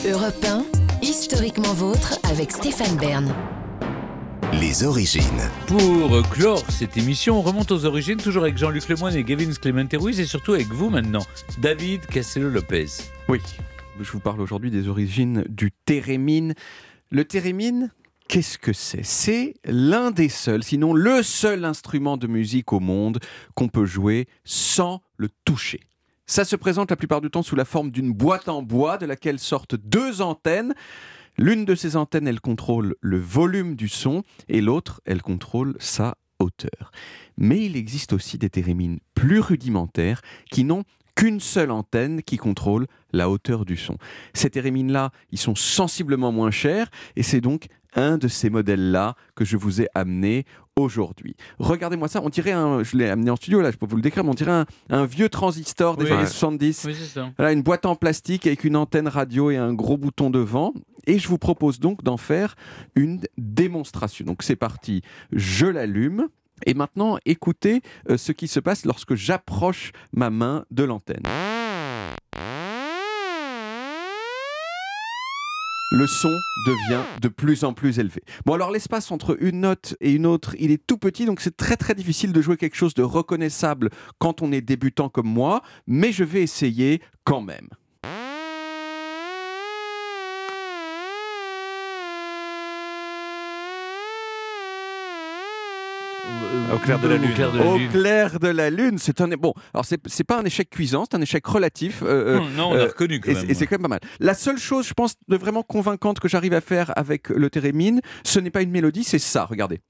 Europe 1, historiquement vôtre avec Stéphane Bern. Les origines. Pour clore cette émission, on remonte aux origines, toujours avec Jean-Luc Lemoyne et Gavin Clemente Ruiz, et surtout avec vous maintenant, David Castello-Lopez. Oui, je vous parle aujourd'hui des origines du thérémine. Le thérémine, qu'est-ce que c'est ? C'est l'un des seuls, sinon le seul instrument de musique au monde qu'on peut jouer sans le toucher. Ça se présente la plupart du temps sous la forme d'une boîte en bois de laquelle sortent deux antennes. L'une de ces antennes, elle contrôle le volume du son et l'autre, elle contrôle sa hauteur. Mais il existe aussi des thérémines plus rudimentaires qui n'ont qu'une seule antenne qui contrôle la hauteur du son. Ces thérémines-là, ils sont sensiblement moins chers et c'est donc un de ces modèles-là que je vous ai amené aujourd'hui. Regardez-moi ça, on dirait je l'ai amené en studio, là, je peux vous le décrire, mais on dirait un vieux transistor des années 70. Oui, c'est ça. Voilà, une boîte en plastique avec une antenne radio et un gros bouton devant. Et je vous propose donc d'en faire une démonstration. Donc c'est parti, je l'allume. Et maintenant, écoutez ce qui se passe lorsque j'approche ma main de l'antenne. Le son devient de plus en plus élevé. Bon, alors l'espace entre une note et une autre, il est tout petit, donc c'est très très difficile de jouer quelque chose de reconnaissable quand on est débutant comme moi, mais je vais essayer quand même. Au clair de la lune. Au clair de la lune, c'est un bon. Alors c'est pas un échec cuisant, c'est un échec relatif. Non, on a reconnu quand même. Et c'est quand même pas mal. La seule chose, je pense, de vraiment convaincante que j'arrive à faire avec le thérémine, ce n'est pas une mélodie, c'est ça. Regardez.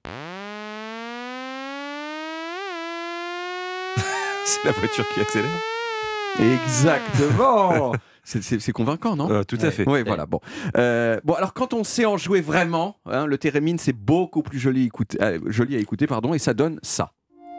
C'est la voiture qui accélère. Exactement. C'est convaincant, non ? Tout à fait. Oui, voilà. Bon, alors quand on sait en jouer vraiment, le thérémine, c'est beaucoup plus joli à écouter, et ça donne ça.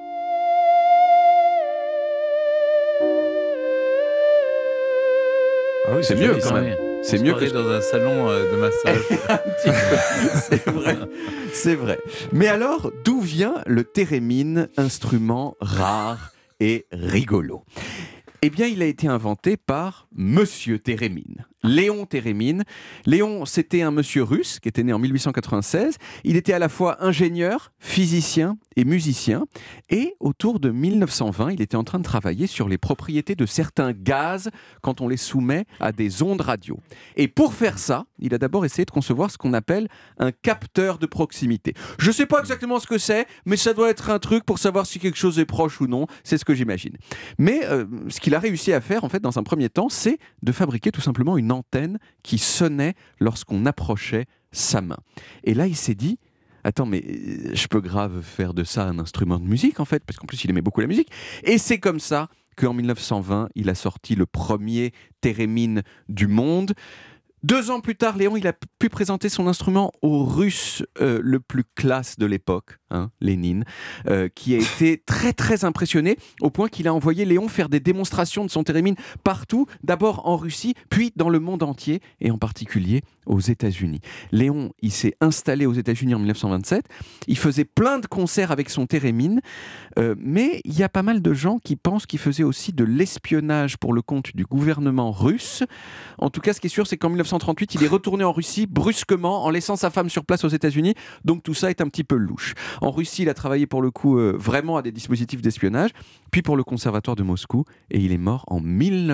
Ah oui, C'est mieux quand même. C'est mieux que dans un salon de massage. un petit peu. C'est vrai. Mais alors, d'où vient le thérémine, instrument rare et rigolo ? Eh bien, il a été inventé par Monsieur Thérémine, Léon Thérémine. Léon, c'était un monsieur russe qui était né en 1896. Il était à la fois ingénieur, physicien et musicien. Et autour de 1920, il était en train de travailler sur les propriétés de certains gaz quand on les soumet à des ondes radio. Et pour faire ça, il a d'abord essayé de concevoir ce qu'on appelle un capteur de proximité. Je ne sais pas exactement ce que c'est, mais ça doit être un truc pour savoir si quelque chose est proche ou non. C'est ce que j'imagine. Mais ce qu'il a réussi à faire, en fait, dans un premier temps, c'est de fabriquer tout simplement une antenne qui sonnait lorsqu'on approchait sa main. Et là, il s'est dit, attends, mais je peux grave faire de ça un instrument de musique, en fait, parce qu'en plus, il aimait beaucoup la musique. Et c'est comme ça qu'en 1920, il a sorti le premier thérémine du monde. 2 ans plus tard, Léon, il a pu présenter son instrument au Russe le plus classe de l'époque, Lénine, qui a été très très impressionné au point qu'il a envoyé Léon faire des démonstrations de son thérémine partout, d'abord en Russie, puis dans le monde entier, et en particulier aux États-Unis. Léon, il s'est installé aux États-Unis en 1927, il faisait plein de concerts avec son thérémine, mais il y a pas mal de gens qui pensent qu'il faisait aussi de l'espionnage pour le compte du gouvernement russe. En tout cas, ce qui est sûr, c'est qu'en 1938, il est retourné en Russie brusquement en laissant sa femme sur place aux États-Unis. Donc tout ça est un petit peu louche. En Russie, il a travaillé pour le coup vraiment à des dispositifs d'espionnage, puis pour le conservatoire de Moscou, et il est mort en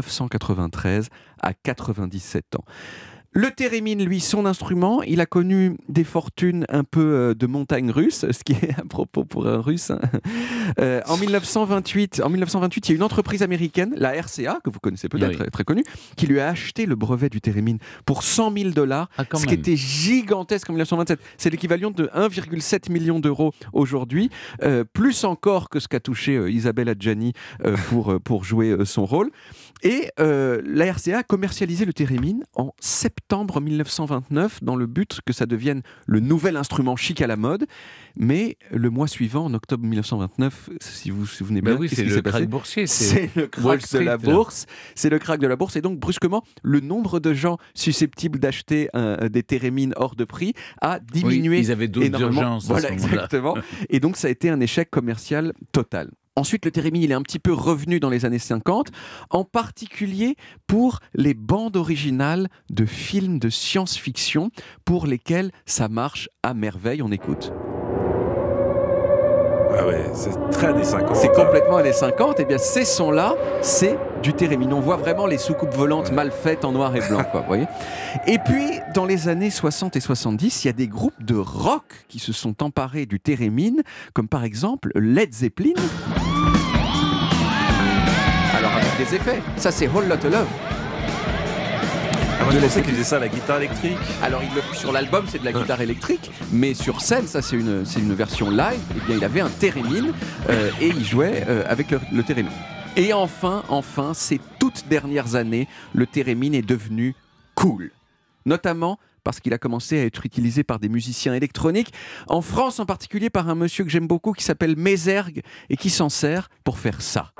1993 à 97 ans. Le thérémine, lui, son instrument, il a connu des fortunes un peu de montagne russe, ce qui est à propos pour un russe. En 1928, il y a une entreprise américaine, la RCA, que vous connaissez peut-être, très connue, qui lui a acheté le brevet du thérémine pour $100,000, ce qui était gigantesque en 1927. C'est l'équivalent de 1,7 million d'euros aujourd'hui, plus encore que ce qu'a touché Isabelle Adjani pour jouer son rôle. Et la RCA a commercialisé le thérémine en septembre 1929 dans le but que ça devienne le nouvel instrument chic à la mode. Mais le mois suivant, en octobre 1929, si vous vous souvenez bien, c'est le krach boursier. C'est le krach de la bourse. C'est le krach de la bourse. Et donc, brusquement, le nombre de gens susceptibles d'acheter des thérémines hors de prix a diminué. Ils avaient d'autres urgences. Voilà, exactement. Et donc, ça a été un échec commercial total. Ensuite, le térémine, il est un petit peu revenu dans les années 50, en particulier pour les bandes originales de films de science-fiction pour lesquels ça marche à merveille. On écoute. Ah ouais, c'est très années 50. C'est complètement années 50. Et bien, ces sons-là, c'est du térémine. On voit vraiment les soucoupes volantes mal faites en noir et blanc, quoi, vous voyez. Et puis, dans les années 60 et 70, il y a des groupes de rock qui se sont emparés du térémine, comme par exemple Led Zeppelin. Alors, avec des effets. Ça, c'est Whole Lotta Love. Ah, moi, je pensais qu'il faisait ça à la guitare électrique. Alors, sur l'album, c'est de la guitare électrique, mais sur scène, ça, c'est une version live. Eh bien, il avait un térémine et il jouait avec le térémine. Et enfin, ces toutes dernières années, le térémine est devenu cool. Notamment parce qu'il a commencé à être utilisé par des musiciens électroniques, en France en particulier par un monsieur que j'aime beaucoup qui s'appelle Mézergue et qui s'en sert pour faire ça.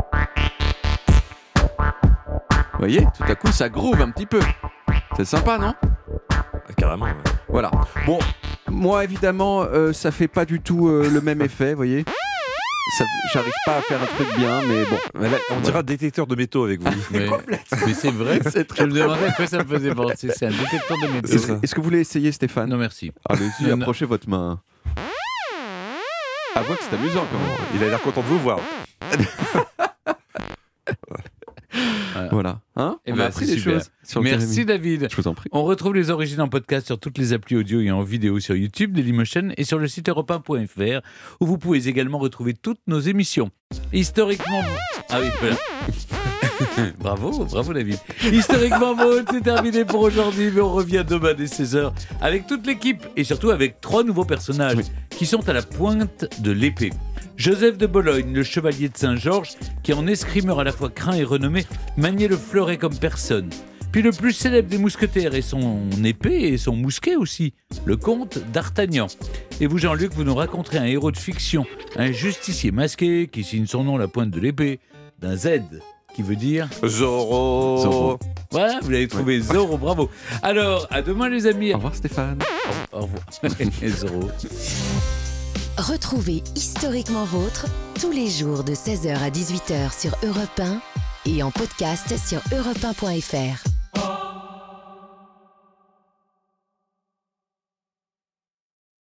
Vous voyez, tout à coup, ça groove un petit peu. C'est sympa, non ? Ah, carrément, ouais. Voilà. Bon, moi, évidemment, ça fait pas du tout le même effet, vous voyez ? J'arrive pas à faire un truc bien, mais bon. Mais là, on dira détecteur de métaux avec vous. Mais c'est vrai, je me demandais à quoi ça me faisait penser. C'est un détecteur de métaux. Est-ce que vous voulez essayer, Stéphane ? Non, merci. Allez-y, approchez votre main. Avouez que c'est amusant quand même. Il a l'air content de vous voir. Voilà. Hein ? Eh On ben, a appris c'est des super. choses sur le Merci térémine. David. Je vous en prie. On retrouve les origines en podcast sur toutes les applis audio et en vidéo sur YouTube, Dailymotion et sur le site europe1.fr où vous pouvez également retrouver toutes nos émissions. Historiquement... Ah oui, voilà. Bravo David. Historiquement Vôtre, c'est terminé pour aujourd'hui, mais on revient demain dès 16h avec toute l'équipe et surtout avec 3 nouveaux personnages qui sont à la pointe de l'épée. Joseph de Bologne, le chevalier de Saint-Georges, qui en escrimeur à la fois craint et renommé, maniait le fleuret comme personne. Puis le plus célèbre des mousquetaires et son épée et son mousquet aussi, le comte d'Artagnan. Et vous Jean-Luc, vous nous raconterez un héros de fiction, un justicier masqué qui signe son nom à la pointe de l'épée, d'un Z, qui veut dire... Zorro. Voilà, vous l'avez trouvé, Zorro, bravo. Alors, à demain les amis. Au revoir Stéphane. Au revoir. Zorro. Retrouvez Historiquement Vôtre tous les jours de 16h à 18h sur Europe 1 et en podcast sur europe1.fr.